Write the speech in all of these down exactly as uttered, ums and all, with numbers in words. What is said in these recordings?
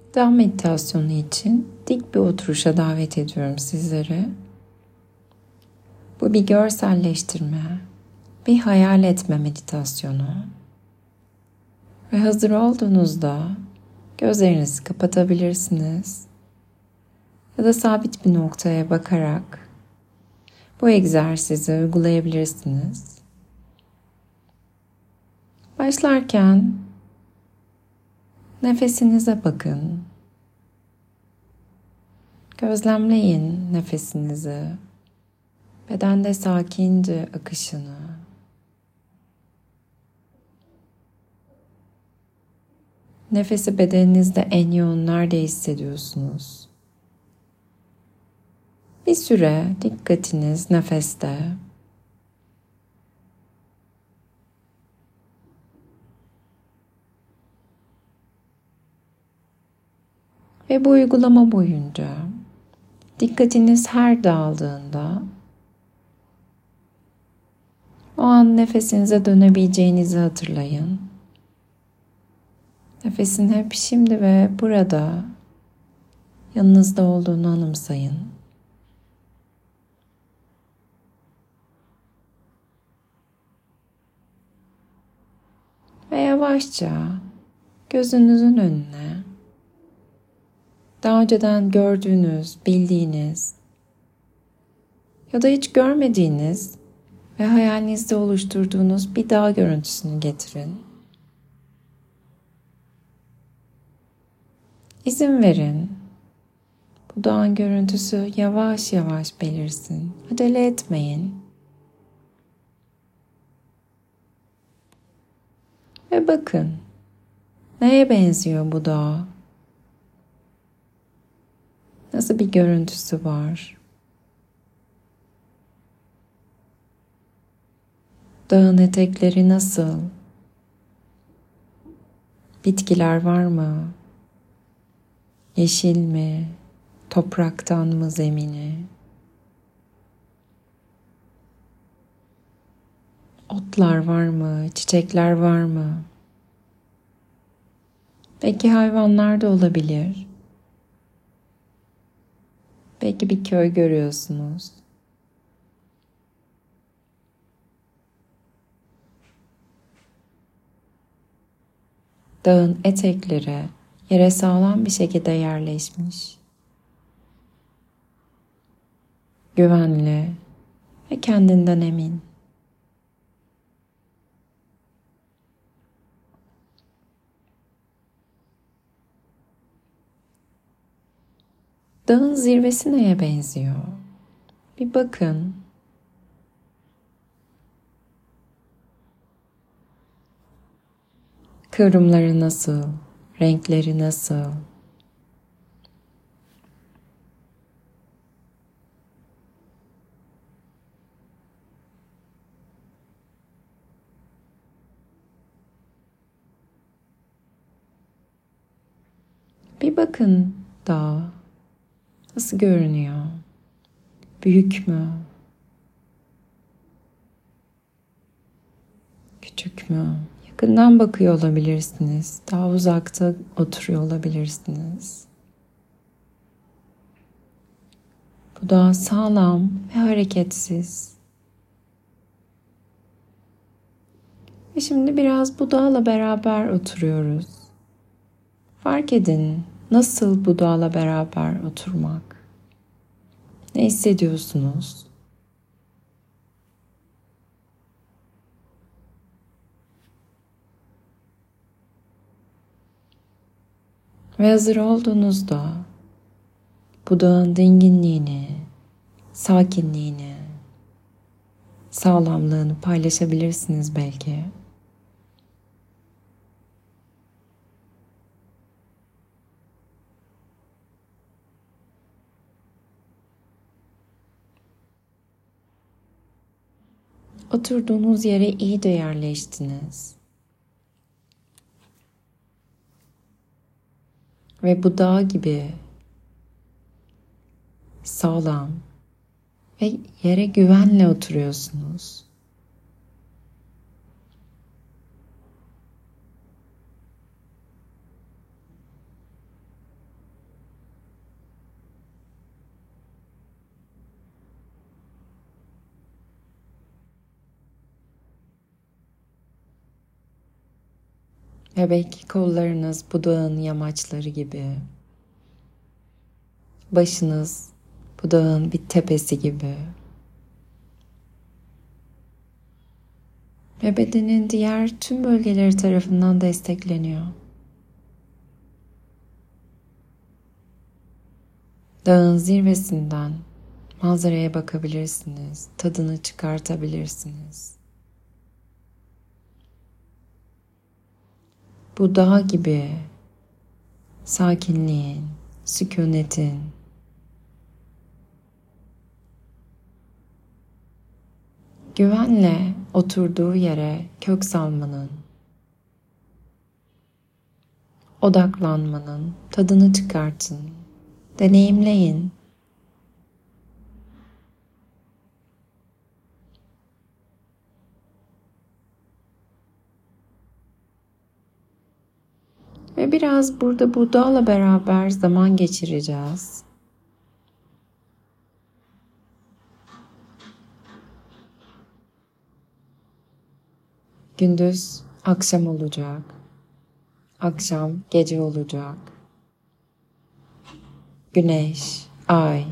Dağ meditasyonu için dik bir oturuşa davet ediyorum sizleri. Bu bir görselleştirme, bir hayal etme meditasyonu. Ve hazır olduğunuzda gözlerinizi kapatabilirsiniz ya da sabit bir noktaya bakarak bu egzersizi uygulayabilirsiniz. Başlarken nefesinize bakın. Gözlemleyin nefesinizi, bedende sakince akışını. Nefesi bedeninizde en yoğun nerede hissediyorsunuz? Bir süre dikkatiniz nefeste. Ve bu uygulama boyunca dikkatiniz her dağıldığında o an nefesinize dönebileceğinizi hatırlayın. Nefesin hep şimdi ve burada yanınızda olduğunu anımsayın. Ve yavaşça gözünüzün önüne daha önceden gördüğünüz, bildiğiniz ya da hiç görmediğiniz ve hayalinizde oluşturduğunuz bir dağ görüntüsünü getirin. İzin verin. Bu dağın görüntüsü yavaş yavaş belirsin. Acele etmeyin. Ve bakın, neye benziyor bu dağ? Nasıl bir görüntüsü var? Dağın etekleri nasıl? Bitkiler var mı? Yeşil mi? Topraktan mı zemini? Otlar var mı? Çiçekler var mı? Belki hayvanlar da olabilir. Belki bir köy görüyorsunuz. Dağın etekleri yere sağlam bir şekilde yerleşmiş. Güvenli ve kendinden emin. Dağın zirvesi neye benziyor? Bir bakın. Kıvrımları nasıl? Renkleri nasıl? Bir bakın dağ nasıl görünüyor? Büyük mü? Küçük mü? Yakından bakıyor olabilirsiniz. Daha uzakta oturuyor olabilirsiniz. Bu dağ sağlam ve hareketsiz. Ve şimdi biraz bu dağla beraber oturuyoruz. Fark edin nasıl bu dağla beraber oturmak. Ne hissediyorsunuz? Ve hazır olduğunuzda bu dağın dinginliğini, sakinliğini, sağlamlığını paylaşabilirsiniz belki. Oturduğunuz yere iyice yerleştiniz. Ve bu dağ gibi sağlam ve yere güvenle oturuyorsunuz. Ve belki kollarınız bu dağın yamaçları gibi. Başınız bu dağın bir tepesi gibi. Ve bedenin diğer tüm bölgeleri tarafından destekleniyor. Dağın zirvesinden manzaraya bakabilirsiniz, tadını çıkartabilirsiniz. Bu dağ gibi sakinliğin, sükunetin, güvenle oturduğu yere kök salmanın, odaklanmanın tadını çıkartın, deneyimleyin. Ve biraz burada bu dağla beraber zaman geçireceğiz. Gündüz akşam olacak. Akşam gece olacak. Güneş, ay.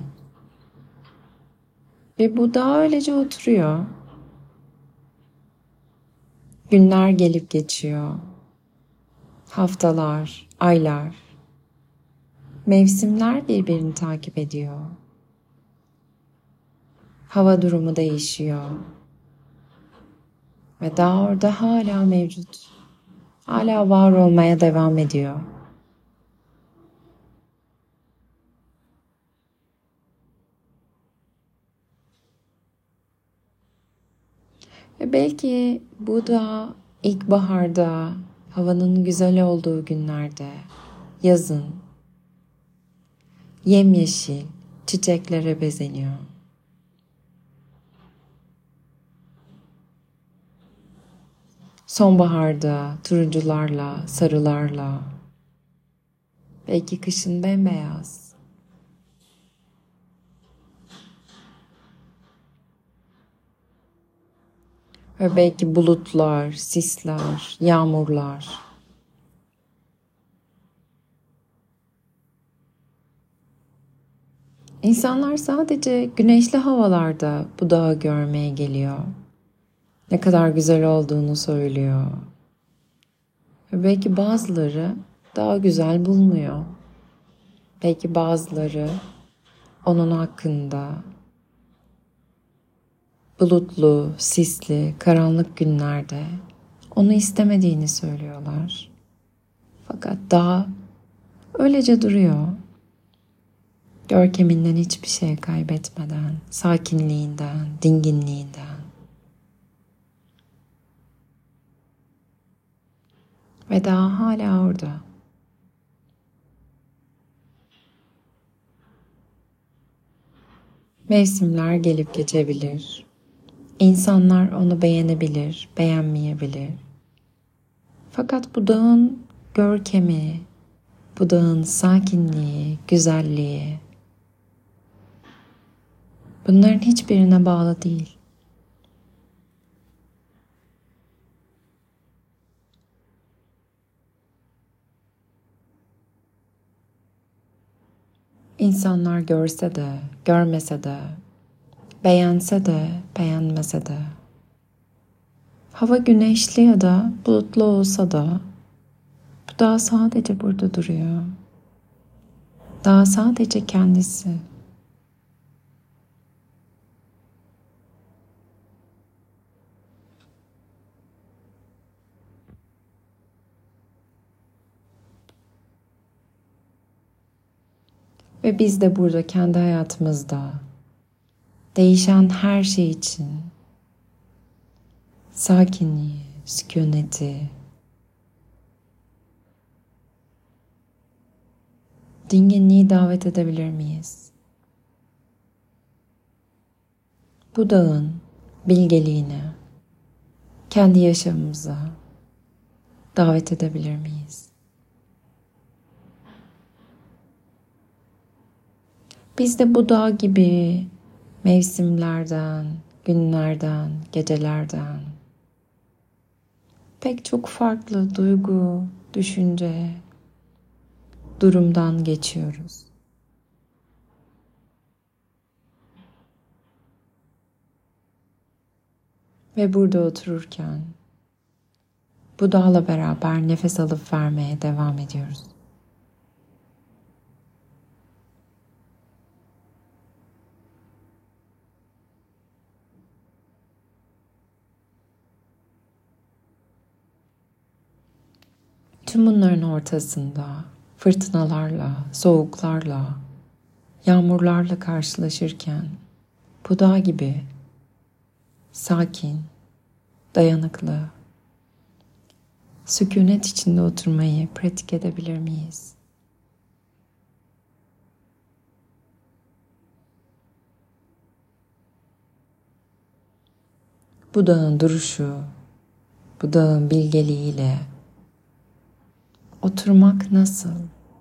Ve bu dağ öylece oturuyor. Günler gelip geçiyor. Haftalar, aylar. Mevsimler birbirini takip ediyor. Hava durumu değişiyor. Ve dağ orada hala mevcut. Hala var olmaya devam ediyor. Ve belki bu da ilkbaharda, havanın güzel olduğu günlerde, yazın, yemyeşil çiçeklere bezeniyor. Sonbaharda turuncularla, sarılarla, belki kışın bembeyaz. Ve belki bulutlar, sisler, yağmurlar. İnsanlar sadece güneşli havalarda bu dağı görmeye geliyor. Ne kadar güzel olduğunu söylüyor. Ve belki bazıları daha güzel bulmuyor. Belki bazıları onun hakkında bulutlu, sisli, karanlık günlerde onu istemediğini söylüyorlar. Fakat dağ öylece duruyor. Görkeminden hiçbir şey kaybetmeden, sakinliğinden, dinginliğinden. Ve dağ hala orada. Mevsimler gelip geçebilir. İnsanlar onu beğenebilir, beğenmeyebilir. Fakat bu dağın görkemi, bu dağın sakinliği, güzelliği, bunların hiçbirine bağlı değil. İnsanlar görse de, görmese de, beğense de, beğenmese de, hava güneşli ya da bulutlu olsa da, bu dağ sadece burada duruyor. Dağ sadece kendisi. Ve biz de burada kendi hayatımızda değişen her şey için sakinliği, sükuneti, dinginliği davet edebilir miyiz? Bu dağın bilgeliğini kendi yaşamımıza davet edebilir miyiz? Biz de bu dağ gibi mevsimlerden, günlerden, gecelerden, pek çok farklı duygu, düşünce, durumdan geçiyoruz. Ve burada otururken bu dağla beraber nefes alıp vermeye devam ediyoruz. Tüm bunların ortasında fırtınalarla, soğuklarla, yağmurlarla karşılaşırken bu dağ gibi sakin, dayanıklı, sükunet içinde oturmayı pratik edebilir miyiz? Bu dağın duruşu, bu dağın bilgeliğiyle oturmak nasıl?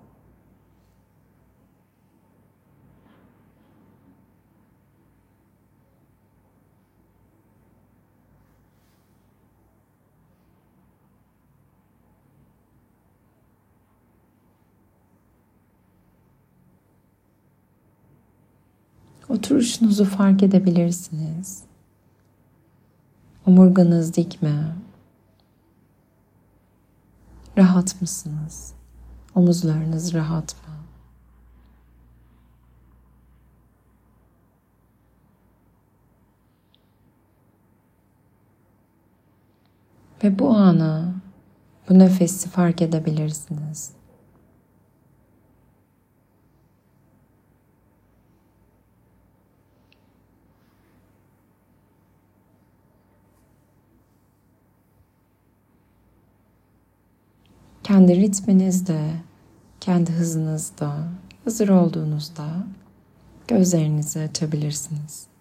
Oturuşunuzu fark edebilirsiniz. Omurganız dik mi? Rahat mısınız? Omuzlarınız rahat mı? Ve bu anı, bu nefesi fark edebilirsiniz. Kendi ritminizde, kendi hızınızda, hazır olduğunuzda gözlerinizi açabilirsiniz.